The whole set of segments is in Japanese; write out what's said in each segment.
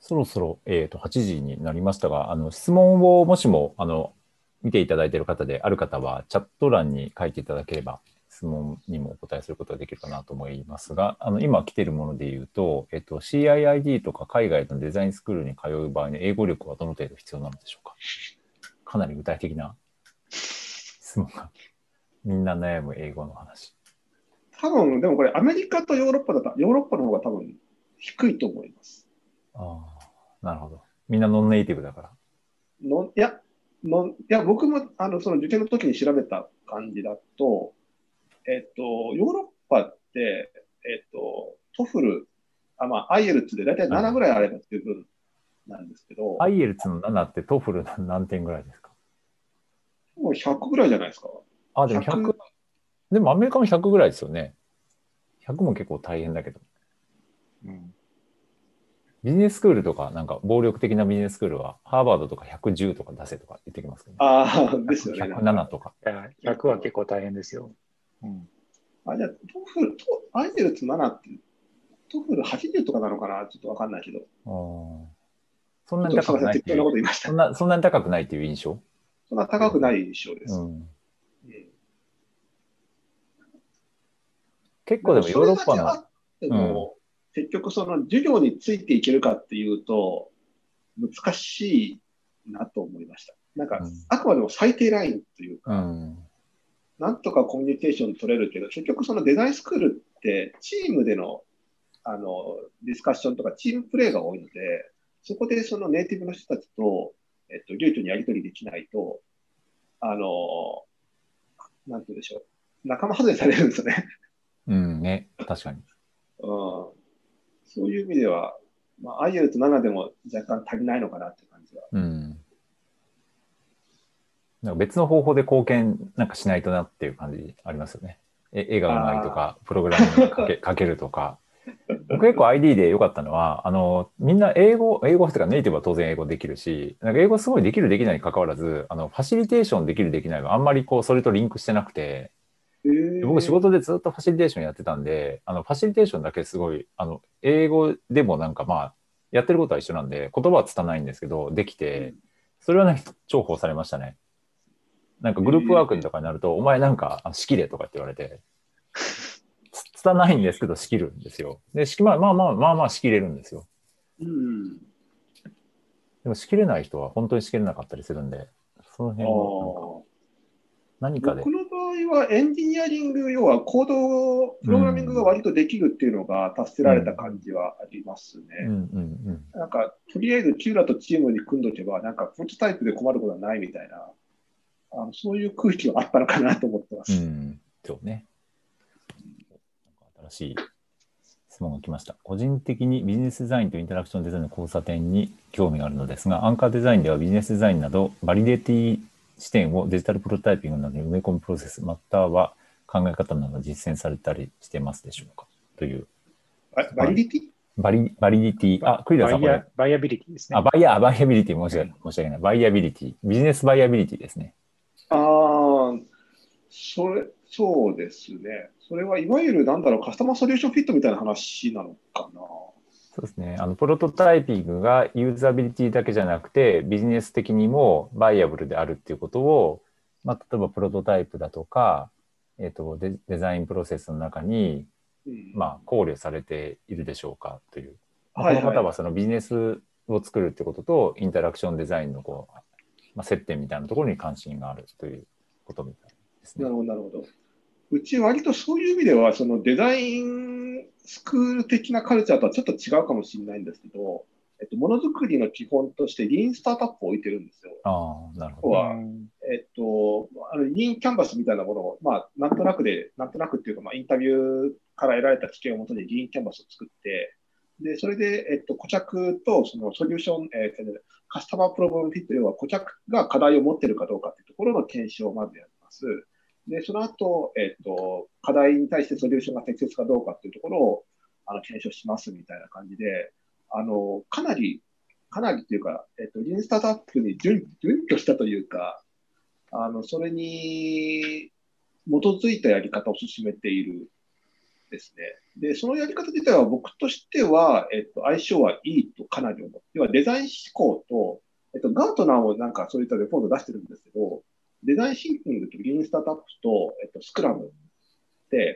そろそろ、8時になりましたが、質問をもしも、見ていただいている方である方は、チャット欄に書いていただければ、質問にもお答えすることができるかなと思いますが、今来ているもので言うと、CIID とか海外のデザインスクールに通う場合の英語力はどの程度必要なのでしょうか。かなり具体的な質問が、みんな悩む英語の話。 多分、でもこれアメリカとヨーロッパだったら、ヨーロッパの方が多分低いと思います。 ああ、なるほど。みんなノンネイティブだから。 いや、僕もその受験の時に調べた感じだと、ヨーロッパって、トフル、アイエルツで大体7ぐらいあれば十分なんですけど、 アイエルツの7ってトフル何点ぐらいですか？ もう100ぐらいじゃないですか。 あ、でも100、でもアメリカも100ぐらいですよね。100も結構大変だけど。 うん、 ビジネススクールとか、なんか暴力的なビジネススクールは、ハーバードとか110とか出せとか言ってきますけど、ね、 ああ、ですよね。 107とか。 いや、100は結構大変ですよ。うん、 じゃあ、アイエルツ7って、トフル80とかなのかなちょっとわかんないけど。 そんなに高くないっていう。そんなに高くないっていう印象？ そんな高くない印象です。 結構でもヨーロッパの。 結局その授業についていけるかっていうと難しいなと思いました。なんか、あくまでも最低ラインというか、なんとかコミュニケーション取れるけど、結局そのデザインスクールってチームでのディスカッションとかチームプレーが多いので、そこでそのネイティブの人たちと、流暢にやり取りできないと、なんて言うんでしょう、仲間外れされるんですよね。 ね、確かに。 そういう意味では、アイエルツ7でも若干足りないのかなっていう感じは。 なんか別の方法で貢献なんかしないとなっていう感じありますよね。絵がうまいとか、プログラミングかけるとか。僕結構 ID で良かったのは、みんな英語っていうかネイティブは当然英語できるし、なんか英語すごいできるできないに関わらず、ファシリテーションできるできないがあんまりこう、それとリンクしてなくて、僕仕事でずっとファシリテーションやってたんで、ファシリテーションだけすごい、英語でもなんかやってることは一緒なんで、言葉は拙ないんですけど、できて、それはね、重宝されましたね。なんかグループワークとかになると、お前なんか仕切れとかって言われて、拙いんですけど仕切るんですよ。で、まあ仕切れるんですよ。でも仕切れない人は本当に仕切れなかったりするんで、その辺は何かで。 僕の場合はエンジニアリング、要はコード、プログラミングが割とできるっていうのが達せられた感じはありますね。なんか、とりあえずキューラとチームに組んどけば、なんかプロトタイプで困ることはないみたいな、そういう空気はあったのかなと思ってます。 そうね。新しい質問が来ました。個人的にビジネスデザインとインタラクションデザインの交差点に興味があるのですが、アンカーデザインではビジネスデザインなどバリデーティ視点をデジタルプロトタイピングなどに埋め込むプロセス、または考え方など実践されたりしてますでしょうかという。 バリディティバリディティ、クリダさんこれ。 バイアビリティですね。 バイアビリティ申し訳ない。バイアビリティ。ビジネスバイアビリティですね。 そうですね。それはいわゆるカスタマーソリューションフィットみたいな話なのかな。 そうですね。プロトタイピングがユーザビリティだけじゃなくて、ビジネス的にもバイアブルであるっていうことを、例えばプロトタイプだとか、デザインプロセスの中に、考慮されているでしょうかという。この方はそのビジネスを作るってことと、インタラクションデザインの接点みたいなところに関心があるということみたいですね。 なるほど、なるほど。うち割とそういう意味では、そのデザインスクール的なカルチャーとはちょっと違うかもしれないんですけど、ものづくりの基本としてリーンスタートアップを置いてるんですよ。 なるほど。リーンキャンバスみたいなものを、なんとなくっていうか、インタビューから得られた知見をもとにリーンキャンバスを作って、で、それで、顧客とそのソリューション、カスタマープロブレムフィット、要は顧客が課題を持っているかどうかというところの検証をまずやります。で、その後、課題に対してソリューションが適切かどうかというところを検証しますみたいな感じで、かなりというか、リーンスタートアップに準拠したというか、それに基づいたやり方を進めているですね。で、そのやり方自体は僕としては、相性はいいとかなり思って、要はデザイン思考と、ガートナーもなんかそういったレポート出してるんですけど、デザインシンキングとリーンスタートアップと、スクラムって、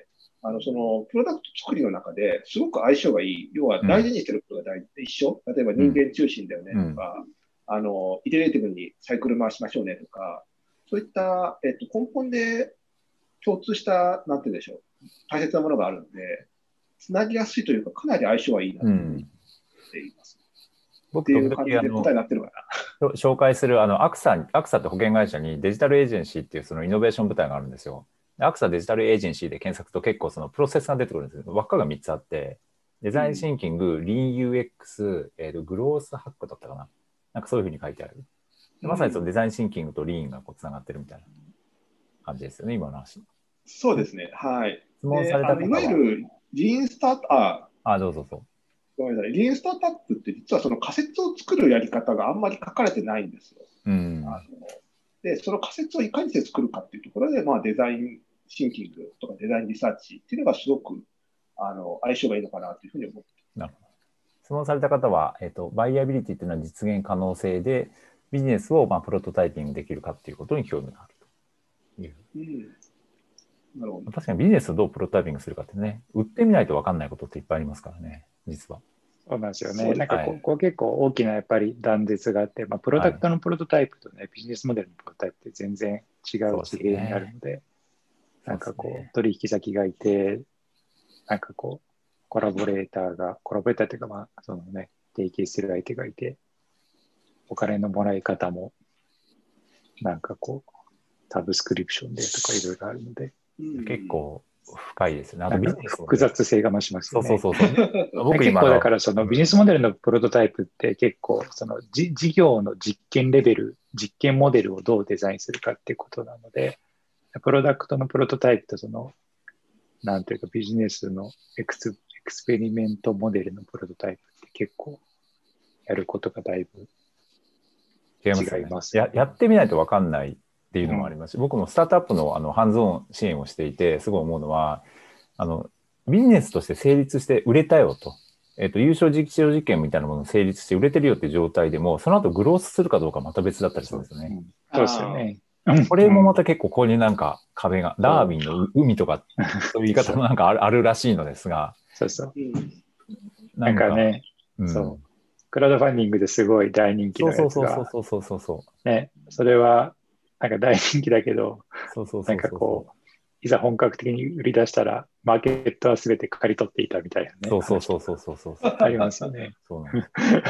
その、プロダクト作りの中ですごく相性がいい。要は大事にしてることが大事で一緒。例えば人間中心だよねとか、イテレーティブにサイクル回しましょうねとか、そういった、根本で共通した、なんて言うんでしょう。大切なものがあるんで、つなぎやすいというか、かなり相性はいいなと思っています。 僕、 っていう感じで答えになってるかな。紹介する、アクサって保険会社にデジタルエージェンシーっていうそのイノベーション部隊があるんですよ。アクサデジタルエージェンシーで検索と結構そのプロセスが出てくるんですよ。輪っかが3つあって、デザインシンキング、リーン UX、グロースハックだったかな。なんかそういうふうに書いてある。まさにそのデザインシンキングとリーンがこうつながってるみたいな感じですよね、今の話。 そうですね。はい。 質問された方は。 いわゆるリーンスタート、 どうぞ。 ごめんなさい。リーンスタートアップって実はその仮説を作るやり方があんまり書かれてないんですよ。で、その仮説をいかにして作るかっていうところで、まあ、デザインシンキングとかデザインリサーチっていうのがすごく相性がいいのかなというふうに思ってなるほど。質問された方は、バイアビリティっていうのは実現可能性で、ビジネスをプロトタイピングできるかっていうことに興味があるという。 なるほど。 確かにビジネスをどうプロトタイピングするかってね、売ってみないと分かんないことっていっぱいありますからね、実は。 そうなんですよね。なんかこう結構大きなやっぱり断絶があって、プロダクトのプロトタイプとね、ビジネスモデルのプロトタイプって全然違う地平にあるので、なんかこう取引先がいて、なんかこうコラボレーターというかそのね、提携する相手がいて、お金のもらい方もなんかこうサブスクリプションでとかいろいろあるので、 結構深いですね。 なんか複雑性が増しますよね。 そう。 僕結構だからそのビジネスモデルのプロトタイプって結構その事業の実験レベル、実験モデルをどうデザインするかっていうことなので、プロダクトのプロトタイプとその、なんていうかビジネスのエクスペリメントモデルのプロトタイプって結構やることがだいぶ違いますね。 やってみないと分かんないっていうのもありますし、僕もスタートアップのハンズオン支援をしていて、すごい思うのは、ビジネスとして成立して売れたよと。優勝実証実験みたいなものが成立して売れてるよっていう状態でも、その後グロースするかどうかまた別だったりするんですよね。 そうですよね。 これもまた結構こういうなんか壁が、ダーウィンの海とか、そういう言い方もなんかあるらしいのですが。 そう。なんかね、そう。クラウドファンディングですごい大人気のやつが。ね、それはなんか大人気だけど、なんかこう、いざ本格的に売り出したら、マーケットは全て借り取っていたみたいなね。 そう。 ありますよね。 そうなん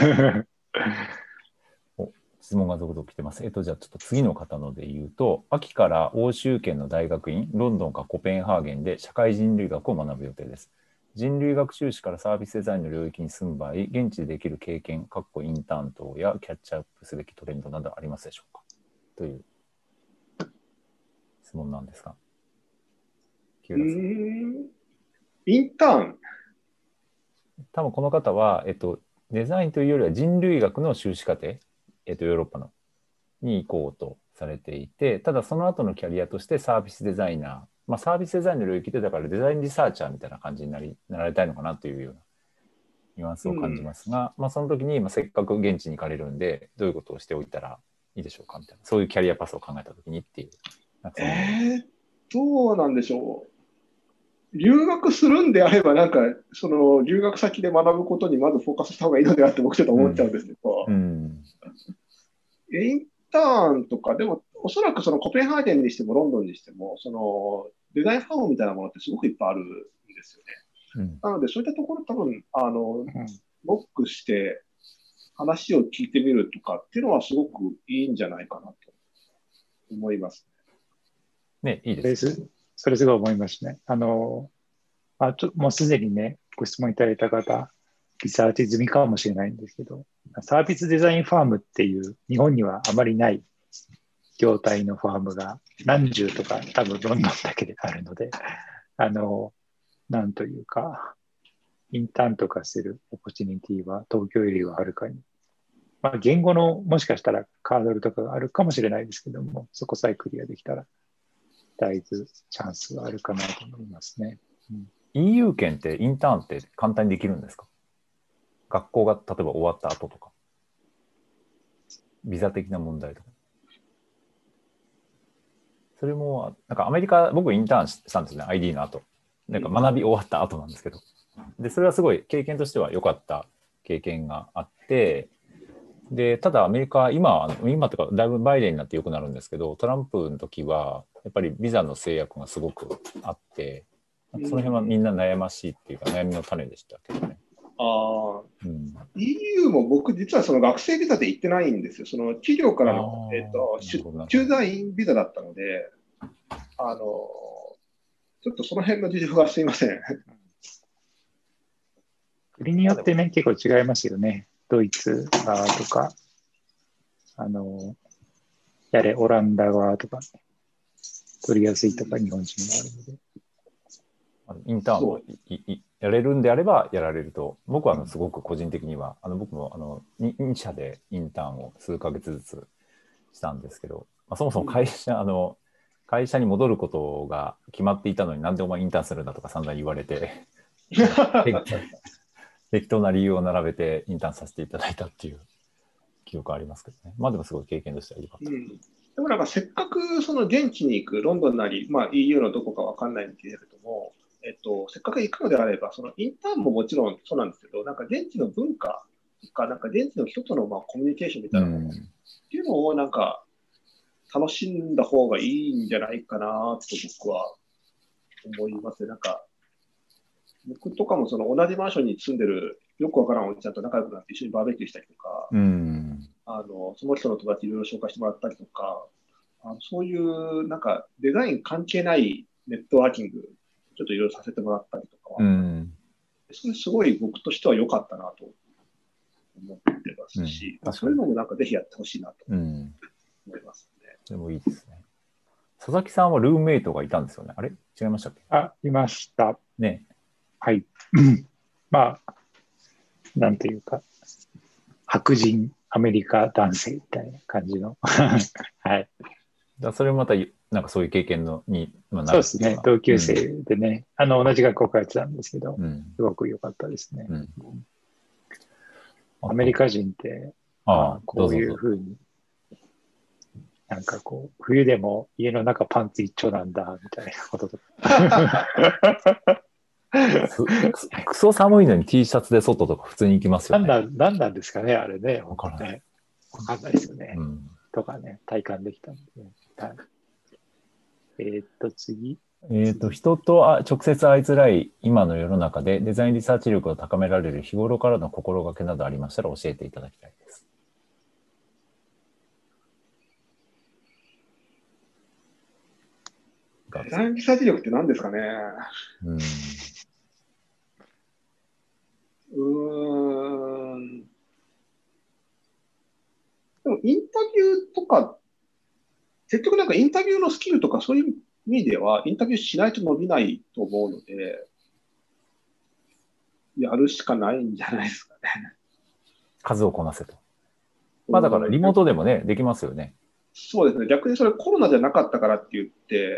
です質問が続々来てます。じゃあちょっと次の方ので言うと、秋から欧州圏の大学院、ロンドンかコペンハーゲンで社会人類学を学ぶ予定です。人類学修士からサービスデザインの領域に住む場合、現地でできる経験、インターン等やキャッチアップすべきトレンドなどありますでしょうかという質問なんですが。 インターン多分この方は、デザインというよりは人類学の修士課程、ヨーロッパのに行こうとされていて、ただその後のキャリアとしてサービスデザイナー、サービスデザインの領域でだからデザインリサーチャーみたいな感じになられたいのかなというようなニュアンスを感じますが、その時にせっかく現地に行かれるんで、どういうことをしておいたらいいでしょうかみたいな、そういうキャリアパスを考えた時にっていう。 どうなんでしょう。留学するんであれば、なんか、その留学先で学ぶことにまずフォーカスした方がいいのではって僕ちょっと思っちゃうんですけど、インターンとか、でも、おそらくそのコペンハーゲンにしてもロンドンにしても、そのデザインファームみたいなものってすごくいっぱいあるんですよね。なので、そういったところ多分、ノックして話を聞いてみるとかっていうのはすごくいいんじゃないかなと思いますね。いいですね。 それすごい思いますね。もうすでにね、ご質問いただいた方、リサーチ済みかもしれないんですけど、サービスデザインファームっていう日本にはあまりない業態のファームが何十とか多分ロンドンだけであるので、なんというか、インターンとかするオポチュニティは東京よりははるかに、言語のもしかしたらハードルとかがあるかもしれないですけども、そこさえクリアできたら、だいぶチャンスがあるかなと思いますね。 EU 圏ってインターンって簡単にできるんですか？学校が例えば終わった後とか。ビザ的な問題とか。それも、なんかアメリカ、僕インターンしたんですね、ID の後。なんか学び終わった後なんですけど。で、それはすごい経験としては良かった経験があって、で、ただアメリカ、今とかだいぶバイデンになって良くなるんですけど、トランプの時は、やっぱりビザの制約がすごくあって、その辺はみんな悩ましいっていうか、悩みの種でしたけどね。 EU も僕、実はその学生ビザで行ってないんですよ。その企業からの、駐在員ビザだったので、ちょっとその辺の事情がすいません。 国によってね、結構違いますよね。ドイツ側とか、オランダ側とか、取りやすいとか日本人もあるので。インターンをやれるんであればやられると、僕はすごく個人的には、僕も2社でインターンを数ヶ月ずつしたんですけど、そもそも会社に戻ることが決まっていたのになんでお前インターンするんだとか散々言われて適当な理由を並べてインターンさせていただいたっていう記憶ありますけどね。でもすごい経験としては良かった。 でもなんかせっかくその現地に行く、ロンドンなり、EU のどこかわかんないんですけれども、せっかく行くのであれば、そのインターンももちろんそうなんですけど、なんか現地の文化とか、なんか現地の人とのコミュニケーションみたいなものっていうのをなんか楽しんだ方がいいんじゃないかなと僕は思いますね。なんか僕とかもその同じマンションに住んでるよくわからんおじちゃんと仲良くなって一緒にバーベキューしたりとか、その人の友達いろいろ紹介してもらったりとか、そういうなんかデザイン関係ないネットワーキング、ちょっといろいろさせてもらったりとかは、それすごい僕としては良かったなと思ってますし、そういうのもなんかぜひやってほしいなと思いますね。 でもいいですね。佐々木さんはルームメイトがいたんですよね。あれ違いましたっけ？ いました。 ね。 はい。なんていうか、白人アメリカ男性みたいな感じの。はい。 それもまた、なんかそういう経験になる。 そうですね。同級生でね、同じ学校通ってたんですけど、すごく良かったですね。アメリカ人って、こういうふうに、なんかこう、冬でも家の中パンツ一丁なんだ、みたいなこととか。 クソ寒いのに T シャツで外とか普通に行きますよね。 何なんですかね、あれね。 わからない。 わかんないですよね。とかね、体感できたんで、はい。次。 人と直接会いづらい今の世の中でデザインリサーチ力を高められる日頃からの心がけなどありましたら教えていただきたいです。 デザインリサーチ力って何ですかね。でもインタビューとか、結局なんかインタビューのスキルとかそういう意味では、インタビューしないと伸びないと思うので、やるしかないんじゃないですかね。 数をこなせと。だからリモートでもね、できますよね。 そうですね。逆にそれコロナじゃなかったからって言って、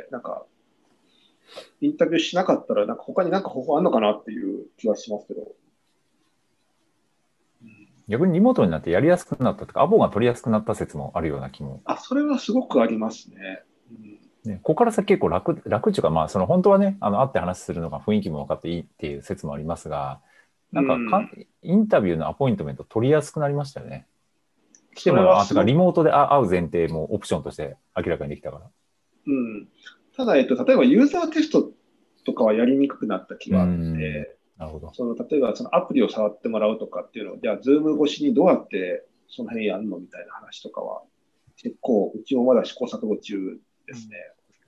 なんか、インタビューしなかったら、なんか他になんか方法あるのかなっていう気はしますけど。 逆にリモートになってやりやすくなったとか、アポが取りやすくなった説もあるような気も。 それはすごくありますね。 ここから先結構楽っていうか、その本当はね、会って話するのが雰囲気も分かっていいっていう説もありますが、なんかインタビューのアポイントメント取りやすくなりましたよね。来てもらう、リモートで会う前提もオプションとして明らかにできたから。 ただ、例えばユーザーテストとかはやりにくくなった気があって、 なるほど。 例えばそのアプリを触ってもらうとかっていうのを、じゃあ、ズーム越しにどうやってその辺やるのみたいな話とかは、結構、うちもまだ試行錯誤中ですね。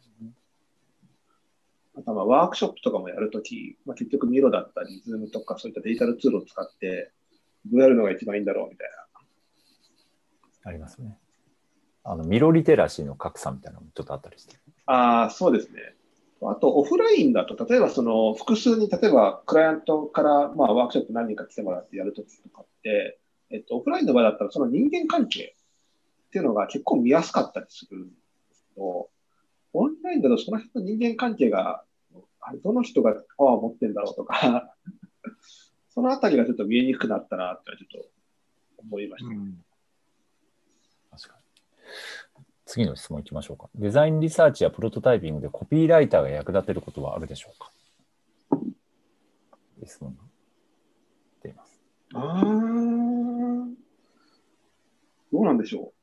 あとはワークショップとかもやるとき、結局ミロだったり、ズームとかそういったデジタルツールを使って、どうやるのが一番いいんだろうみたいな。ありますね。ミロリテラシーの格差みたいなのもちょっとあったりして。 そうですね。あと、オフラインだと、例えば複数に、例えばクライアントからワークショップ何人か来てもらってやるときとかって、オフラインの場合だったら、その人間関係っていうのが結構見やすかったりするんですけど、オンラインだとその辺の人間関係がどの人がパワーを持ってるんだろうとか、そのあたりがちょっと見えにくくなったなってちょっと思いました。 確かに。次の質問いきましょうか。デザインリサーチやプロトタイピングでコピーライターが役立てることはあるでしょうか。質問が出ます。 どうなんでしょう。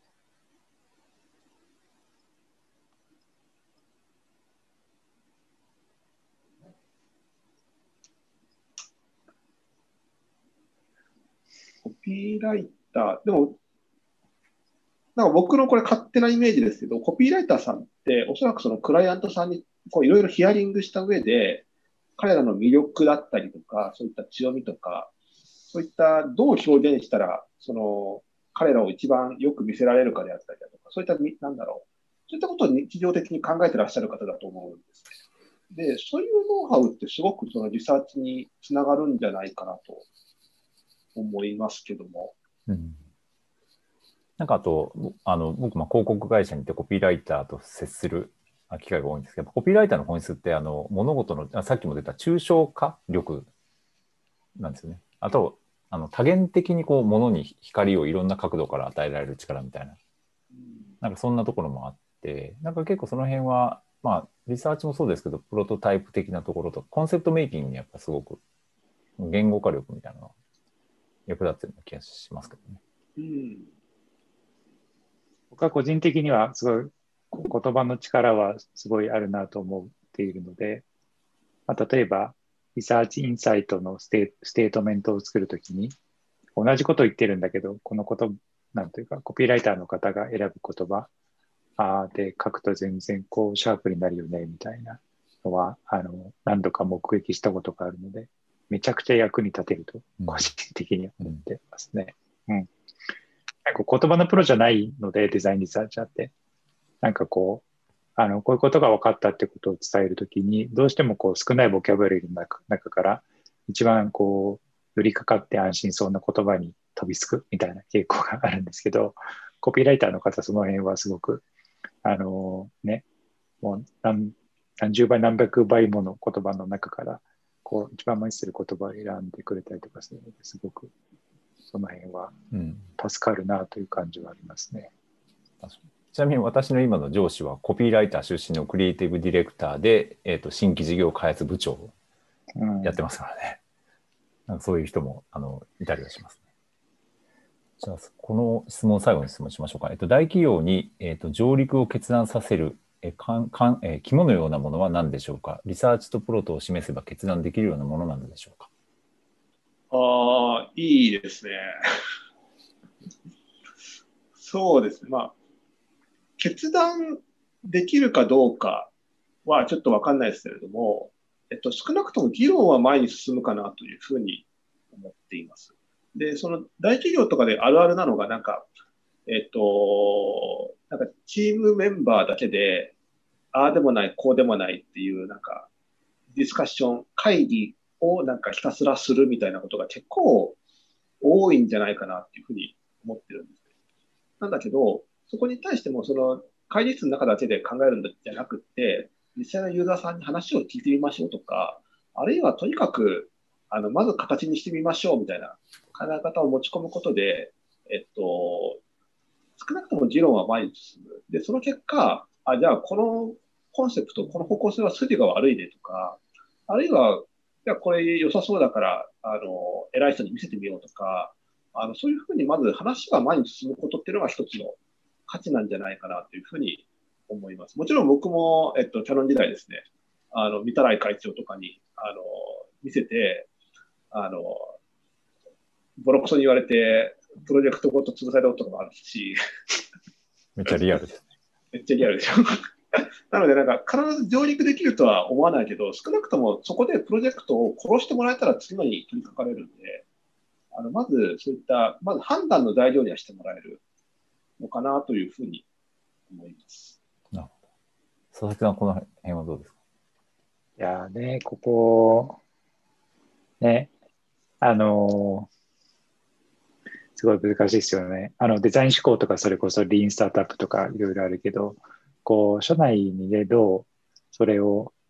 コピーライター、でも、なんか僕のこれ勝手なイメージですけど、コピーライターさんっておそらくそのクライアントさんにいろいろヒアリングした上で、彼らの魅力だったりとか、そういった強みとか、そういったどう表現したら、その彼らを一番よく見せられるかであったりだとか、そういった、なんだろう、そういったことを日常的に考えてらっしゃる方だと思うんですね。で、そういうノウハウってすごくそのリサーチにつながるんじゃないかなと思いますけども。 なんかあと、僕も広告会社にいてコピーライターと接する機会が多いんですけど、コピーライターの本質って物事のさっきも出た抽象化力なんですよね。あと多元的にこう物に光をいろんな角度から与えられる力みたいな、なんかそんなところもあって、なんか結構その辺はまあリサーチもそうですけど、プロトタイプ的なところとコンセプトメイキングにやっぱすごく言語化力みたいなのが役立ってるような気がしますけどね。 僕は個人的にはすごい言葉の力はすごいあるなと思っているので、まあ、例えばリサーチインサイトのステートメントを作るときに同じことを言ってるんだけど、このことなんというかコピーライターの方が選ぶ言葉で書くと全然こうシャープになるよねみたいなのは何度か目撃したことがあるので、めちゃくちゃ役に立てると個人的には思ってますね。なんか言葉のプロじゃないので、デザインリサーチャーって。なんかこう、こういうことが分かったってことを伝えるときに、どうしてもこう少ないボキャブラリーの中から一番こう、寄りかかって安心そうな言葉に飛びつくみたいな傾向があるんですけど、コピーライターの方、その辺はすごく、もう何十倍何百倍もの言葉の中から、こう、一番前にする言葉を選んでくれたりとかするので、すごく、その辺は助かるなという感じはありますね。 ちなみに私の今の上司はコピーライター出身のクリエイティブディレクターで、新規事業開発部長をやってますからね。なんかそういう人もいたりはしますね。じゃあこの質問最後に質問しましょうか。大企業に、上陸を決断させる肝のようなものは何でしょうか。リサーチとプロトを示せば決断できるようなものなのでしょうか。 いいですね。そうですね。まあ、決断できるかどうかはちょっとわかんないですけれども、少なくとも議論は前に進むかなというふうに思っています。で、その大企業とかであるあるなのが、なんかチームメンバーだけで、ああでもない、こうでもないっていう、なんか、ディスカッション、会議をなんかひたすらするみたいなことが結構多いんじゃないかなっていうふうに思ってるんです。なんだけど、そこに対しても、その会議室の中だけで考えるんじゃなくて、実際のユーザーさんに話を聞いてみましょうとか、あるいはとにかく、まず形にしてみましょうみたいな考え方を持ち込むことで、少なくとも議論は前に進む。で、その結果、じゃあこのコンセプト、この方向性は筋が悪いねとか、あるいは、じゃあこれ良さそうだから、偉い人に見せてみようとか、そういうふうにまず話が前に進むことっていうのが一つの価値なんじゃないかなというふうに思います。もちろん僕も、キャノン時代ですね、御手洗会長とかに、見せて、ボロクソに言われて、プロジェクトごと潰されたこともあるし。 めっちゃリアルですね。 めっちゃリアルでしょ。なので、なんか必ず上陸できるとは思わないけど、少なくともそこでプロジェクトを殺してもらえたら次のに取り掛かれるんで、まずそういった、まず判断の材料にはしてもらえるのかなというふうに思います。 なるほど。佐々木さん、この辺はどうですか？ いやね、ここ、ね、すごい難しいですよね。デザイン思考とか、それこそリーンスタートアップとかいろいろあるけど、こう、社内にね、どうそれを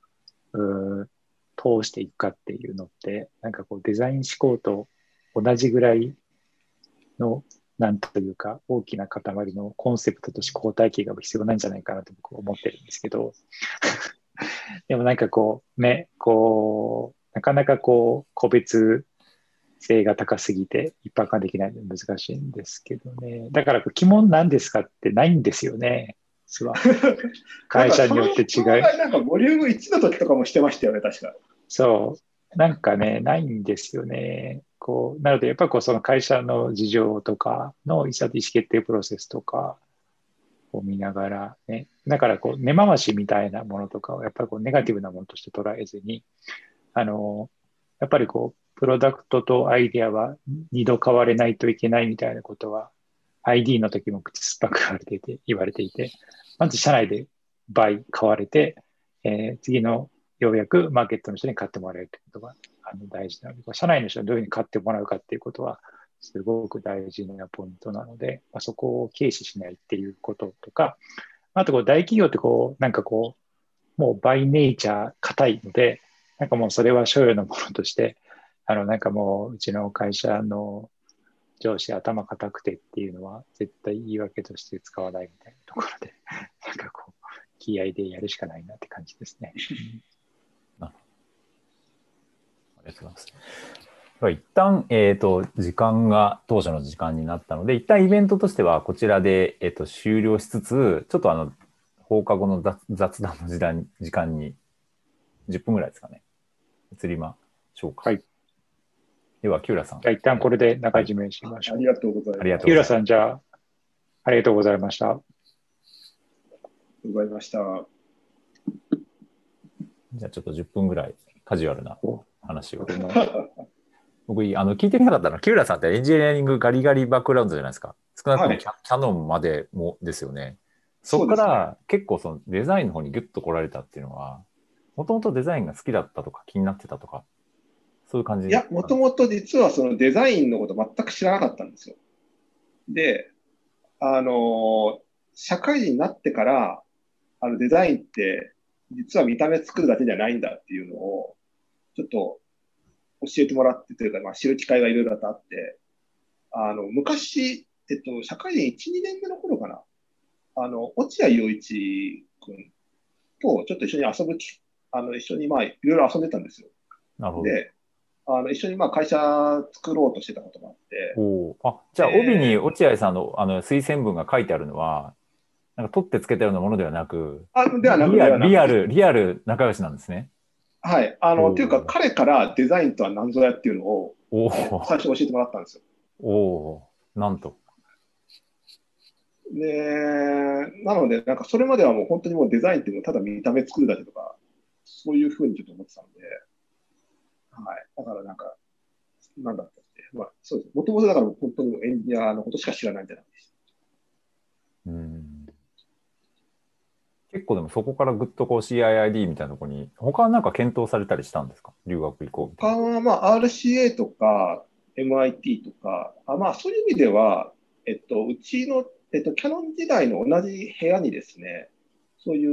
通していくかっていうのって、なんかこうデザイン思考と同じぐらいの、なんというか、大きな塊のコンセプトと思考体系が必要なんじゃないかなと僕は思ってるんですけど、でもなんかこう、なかなかこう、個別性が高すぎて一般化できないので難しいんですけどね。だから、鬼門なんですかってないんですよね。実は。会社によって違い。 なんかボリューム1の時とかもしてましたよね、確か。 そう。なんかね、ないんですよね。こう、なので、やっぱりこう、その会社の事情とかの意思決定プロセスとかを見ながらね、だからこう、根回しみたいなものとかを、やっぱりこう、ネガティブなものとして捉えずに、やっぱりこう、プロダクトとアイデアは二度買われないといけないみたいなことは、ID の時も口酸っぱく言われていて、まず社内で倍買われて、次のようやくマーケットの人に買ってもらえるということが大事なので、社内の人にどういうふうに買ってもらうかっていうことは、すごく大事なポイントなので、そこを軽視しないっていうこととか、あとこう大企業ってこう、なんかこう、もうバイネイチャー硬いので、なんかもうそれは所有のものとして、なんかもううちの会社の上司頭固くてっていうのは絶対言い訳として使わないみたいなところで、なんかこう、気合でやるしかないなって感じですね。 ありがとうございます。では一旦、時間が当初の時間になったので、一旦イベントとしてはこちらで、終了しつつ、ちょっと放課後の雑談の時間に10分ぐらいですかね。移りましょうか。 はい。 では、木浦さん。 じゃあ一旦これで中締めしましょう。 ありがとうございます。 木浦さん、じゃあ、ありがとうございました。 ございました。 じゃあちょっと10分ぐらいカジュアルな話を。僕、聞いてみたかったのは、木浦さんってエンジニアリングガリガリバックグラウンドじゃないですか。少なくともキャノンまでもですよね。そこから結構そのデザインの方にギュッと来られたっていうのは、もともとデザインが好きだったとか気になってたとか、そういう感じ。 いや、もともと実はそのデザインのこと全く知らなかったんですよ。で、社会人になってから、デザインって実は見た目作るだけじゃないんだっていうのを、ちょっと教えてもらってというか、知る機会がいろいろあって、昔、社会人1、2年目の頃かな、落合陽一君とちょっと一緒に遊ぶ、一緒にいろいろ遊んでたんですよ。 なるほど。 で、一緒に会社作ろうとしてたことがあって。 じゃあ帯に落合さんの推薦文が書いてあるのは、なんか取ってつけたようなものではなく、リアル仲良しなんですね。 はい。っていうか、彼からデザインとは何ぞやっていうのを、最初教えてもらったんですよ。 なんと。 で、なので、なんかそれまではもう本当にもうデザインっていうのをただ見た目作るだけとか、そういうふうにちょっと思ってたので、はい。だからなんか、なんだったって、そうです。もともとだから本当にエンジニアのことしか知らないんじゃないです結構でもそこからぐっとこう CIID みたいなところに、他はなんか検討されたりしたんですか？留学行こうみたいな。 他はRCA とか MIT とか、そういう意味では、うちの、キャノン時代の同じ部屋にですね、そういう、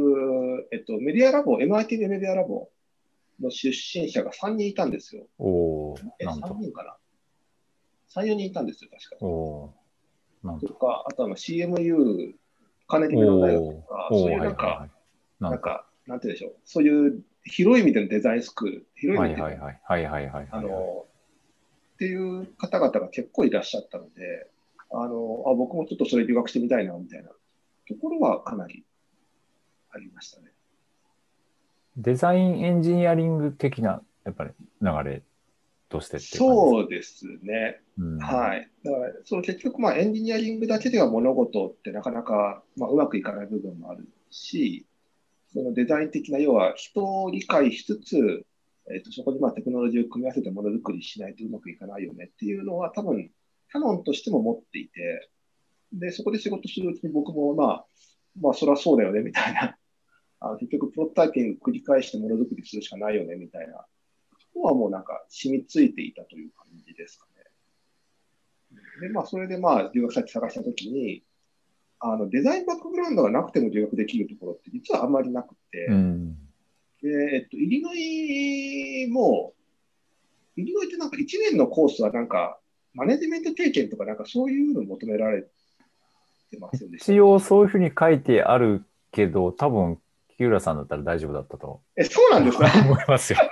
メディアラボ、MIT でメディアラボの出身者が3人いたんですよ。 なんと。 3人かな ?3、4人いたんですよ、確か。 なんとか、あとはCMU、カーネギーメロン大学とか、そういうなんか、なんて言うんでしょう、そういう広い意味でのデザインスクール、広い意味での、っていう方々が結構いらっしゃったので、僕もちょっとそれ留学してみたいな、みたいなところはかなりありましたね。 デザインエンジニアリング的な、やっぱり流れとしてってそうですね。はい。だから、結局、エンジニアリングだけでは物事ってなかなか、うまくいかない部分もあるし、そのデザイン的な、要は人を理解しつつ、そこにテクノロジーを組み合わせてものづくりしないとうまくいかないよねっていうのは多分、キャノンとしても持っていて、で、そこで仕事するうちに僕もそりゃそうだよね、みたいな。結局、プロトタイピング繰り返してものづくりするしかないよね、みたいな。のはもうなんか染みついていたという感じですかね。で、それで留学先探したときに、デザインバックグラウンドがなくても留学できるところって実はあんまりなくて、 で、イリノイも、イリノイってなんか1年のコースはなんか、マネジメント経験とかなんかそういうの求められてますよね。 一応そういうふうに書いてあるけど、多分、木浦さんだったら大丈夫だったとそうなんですか？ 思いますよ。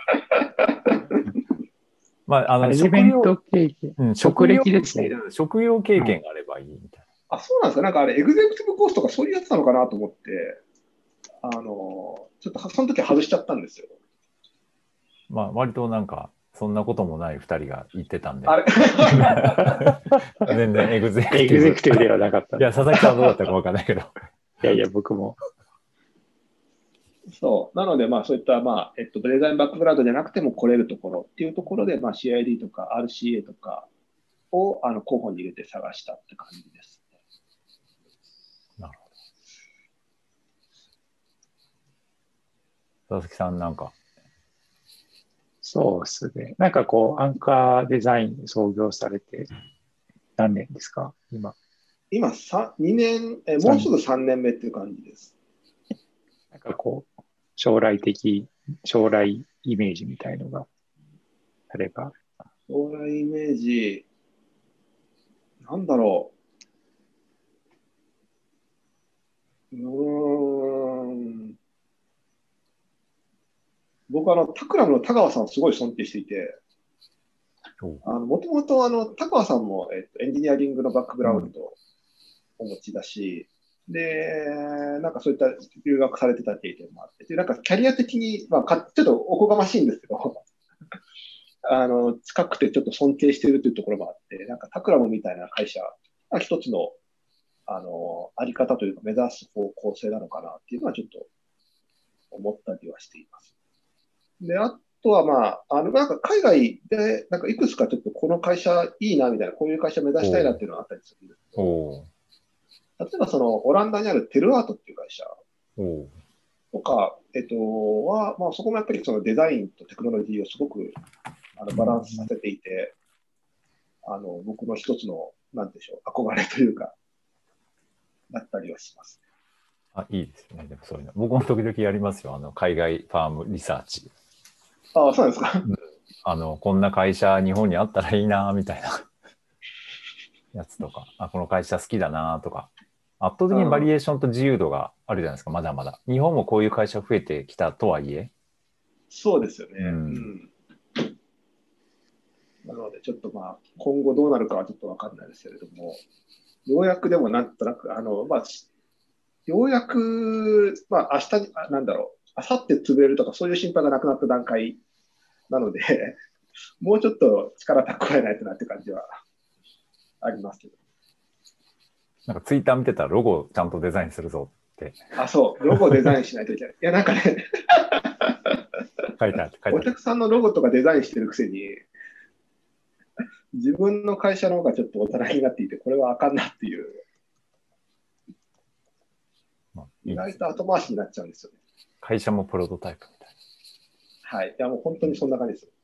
まあ、 マネジメント経験、職歴ですね。 職業経験があればいいみたいな。そうなんですか？なんかあれ、エグゼクティブコースとかそういうやつなのかなと思って、ちょっとその時外しちゃったんですよ。 まあ、割となんか、そんなこともない2人が言ってたんで。 あれ全然エグゼクティブ。 エグゼクティブではなかった。 いや、佐々木さんはどうだったか分かんないけど。 いや、僕も。 そう。なので、そういった、デザインバックグラウンドじゃなくても来れるところっていうところで、CID とか RCA とかを候補に入れて探したって感じですね。 なるほど。佐々木さんなんか。 そうですね。なんかこう、アンカーデザイン創業されて何年ですか、今。 今2年、もうすぐ3年目っていう感じです。 なんかこう、将来イメージみたいのがあれば。 将来イメージ、なんだろう。僕タクラムの田川さんをすごい尊敬していて、もともと田川さんも、エンジニアリングのバックグラウンドをお持ちだし、で、なんかそういった留学されてた経験もあって、でなんかキャリア的に、ちょっとおこがましいんですけど、近くてちょっと尊敬しているというところもあって、なんかタクラムみたいな会社が一つの、あり方というか目指す方向性なのかなっていうのはちょっと思ったりはしています。で、あとはなんか海外で、なんかいくつかちょっとこの会社いいなみたいな、こういう会社目指したいなっていうのがあったりするんですけど、例えばオランダにあるテルアートっていう会社とか、そこもやっぱりデザインとテクノロジーをすごくバランスさせていて、僕の一つの、なんでしょう、憧れというか、だったりはします。 いいですね。でもそういうの。僕も時々やりますよ。海外ファームリサーチ。 そうなんですか。 こんな会社日本にあったらいいな、みたいなやつとか、この会社好きだな、とか。圧倒的にバリエーションと自由度があるじゃないですか、まだまだ。日本もこういう会社増えてきたとはいえ。 そうですよね。なので、ちょっと今後どうなるかはちょっとわかんないですけれども、ようやくでもなんとなく、ようやく、明日に、なんだろう、明後日潰れるとかそういう心配がなくなった段階なので、もうちょっと力蓄えないとなって感じはありますけど。 なんかツイッター見てたらロゴちゃんとデザインするぞって。 そう、ロゴデザインしないといけない。いや、なんかね、 書いてある。 お客さんのロゴとかデザインしてるくせに、自分の会社の方がちょっと大人になっていて、これはあかんなっていう。意外と後回しになっちゃうんですよね。 会社もプロトタイプみたいな。はい。いや、もう本当にそんな感じですよ。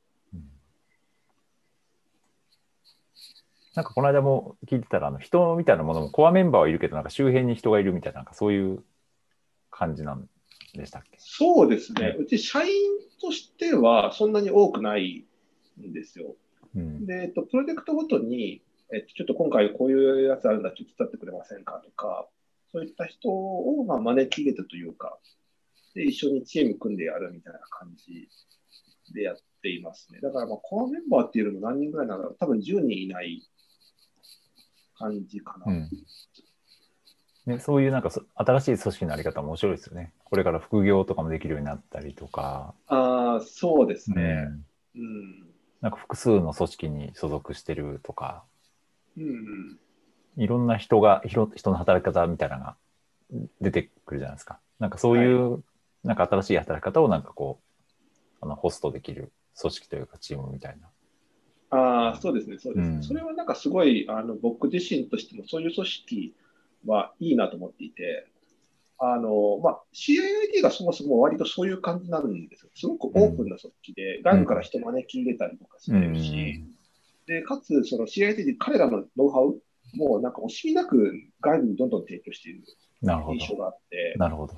なんかこの間も聞いてたら、人みたいなものもコアメンバーはいるけど、なんか周辺に人がいるみたいな、なんかそういう感じなんでしたっけ？ そうですね。うち社員としてはそんなに多くないんですよ。で、プロジェクトごとに、ちょっと今回こういうやつあるんだ、ちょっと伝ってくれませんかとか、そういった人を招き入れたというか、で、一緒にチーム組んでやるみたいな感じでやっていますね。だからコアメンバーっていうのも何人ぐらいなのか、多分10人いない感じかな。 ね、そういうなんか新しい組織のあり方も面白いですよね。これから副業とかもできるようになったりとか。 そうですね。 なんか複数の組織に所属してるとか、いろんな人の働き方みたいなのが出てくるじゃないですか。なんかそういう、なんか新しい働き方をなんかこう、ホストできる組織というかチームみたいな。 そうですね、そうですね。それはなんかすごい、僕自身としてもそういう組織はいいなと思っていて、CIID がそもそも割とそういう感じなんですよ。すごくオープンな組織で、外部から人招き入れたりとかしてるし、で、かつ、CIID で彼らのノウハウもなんか惜しみなく外部にどんどん提供している印象があって、 なるほど。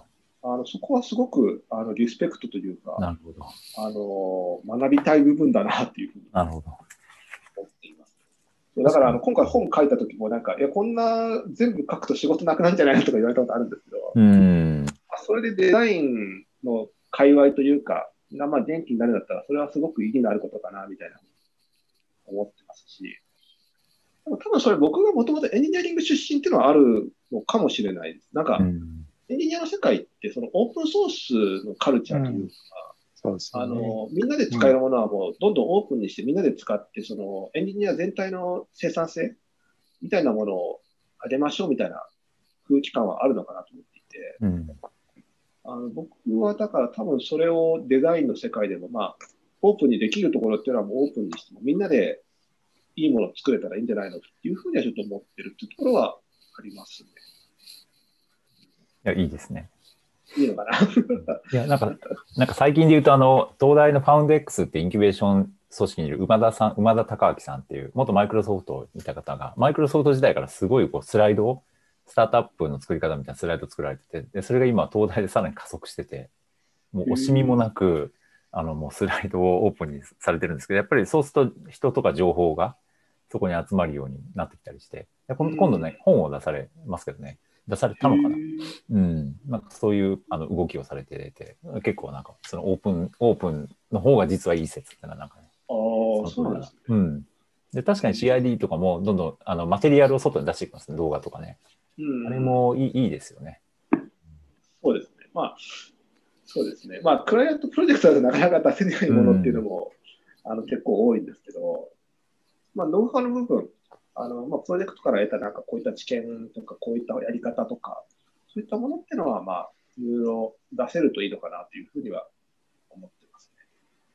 そこはすごくリスペクトというか、 なるほど。 学びたい部分だなっていうふうになるほど。 思っています。だから今回本書いた時もなんか、いや、こんな全部書くと仕事なくなるんじゃないのとか言われたことあるんですけど、それでデザインの界隈というか、がまあ元気になるんだったら、それはすごく意義のあることかな、みたいな思ってますし、多分それ僕がもともとエンジニアリング出身っていうのはあるのかもしれないです。なんか、エンジニアの世界ってそのオープンソースのカルチャーというか、 そうですね、 みんなで使えるものはもうどんどんオープンにしてみんなで使って、そのエンジニア全体の生産性みたいなものを上げましょうみたいな空気感はあるのかなと思っていて、僕はだから多分それをデザインの世界でもまあオープンにできるところっていうのはもうオープンにしてもみんなでいいものを作れたらいいんじゃないのっていうふうにはちょっと思ってるっていうところはありますね。 いや、いいですね。 いいのかな。 いや、なんか最近で言うと、東大のファウンド X ってインキュベーション組織にいる馬田孝明さんっていう、元マイクロソフトにいた方が、マイクロソフト時代からすごいこうスライドを、スタートアップの作り方みたいなスライドを作られてて、でそれが今、東大でさらに加速してて、もう惜しみもなく、もうスライドをオープンにされてるんですけど、やっぱりそうすると人とか情報がそこに集まるようになってきたりして、今度ね、本を出されますけどね、出されたのかな。なんかそういう動きをされてて、結構なんかそのオープンの方が実はいい説ってのはなんかね。 そうなんですね。 で、確かに CID とかもどんどんマテリアルを外に出していきますね、動画とかね。あれもいいですよね。 そうですね。そうですね。クライアントプロジェクトだとなかなか出せないものっていうのも、結構多いんですけど、ノウハウの部分、プロジェクトから得たなんかこういった知見とか、こういったやり方とか、そういったものっていうのは、いろいろ出せるといいのかなというふうには思ってますね。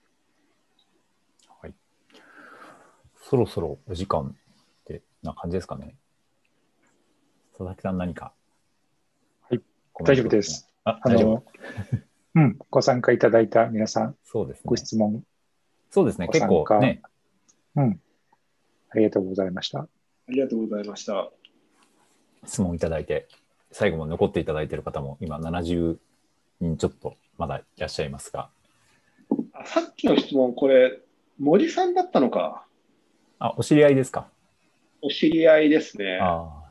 はい。そろそろお時間ってな感じですかね。佐々木さん何か。 はい。大丈夫です。大丈夫。ご参加いただいた皆さん、 そうですね、 ご質問。 そうですね、結構ね。 ありがとうございました。 ありがとうございました。 質問いただいて、最後も残っていただいている方も今70人ちょっとまだいらっしゃいますが。 さっきの質問、これ、森さんだったのか。 お知り合いですか？ お知り合いですね。はい。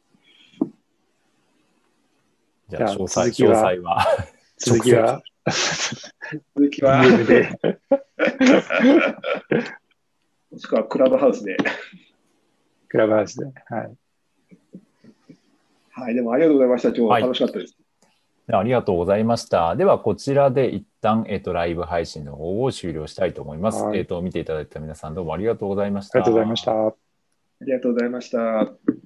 じゃあ、詳細は。 続きは DM で。もしくはクラブハウスで。 クラブハウスで。はい。 はい、でもありがとうございました。今日楽しかったです。 ありがとうございました。では、こちらで一旦、ライブ配信の方を終了したいと思います。見ていただいた皆さんどうもありがとうございました。 ありがとうございました。 ありがとうございました。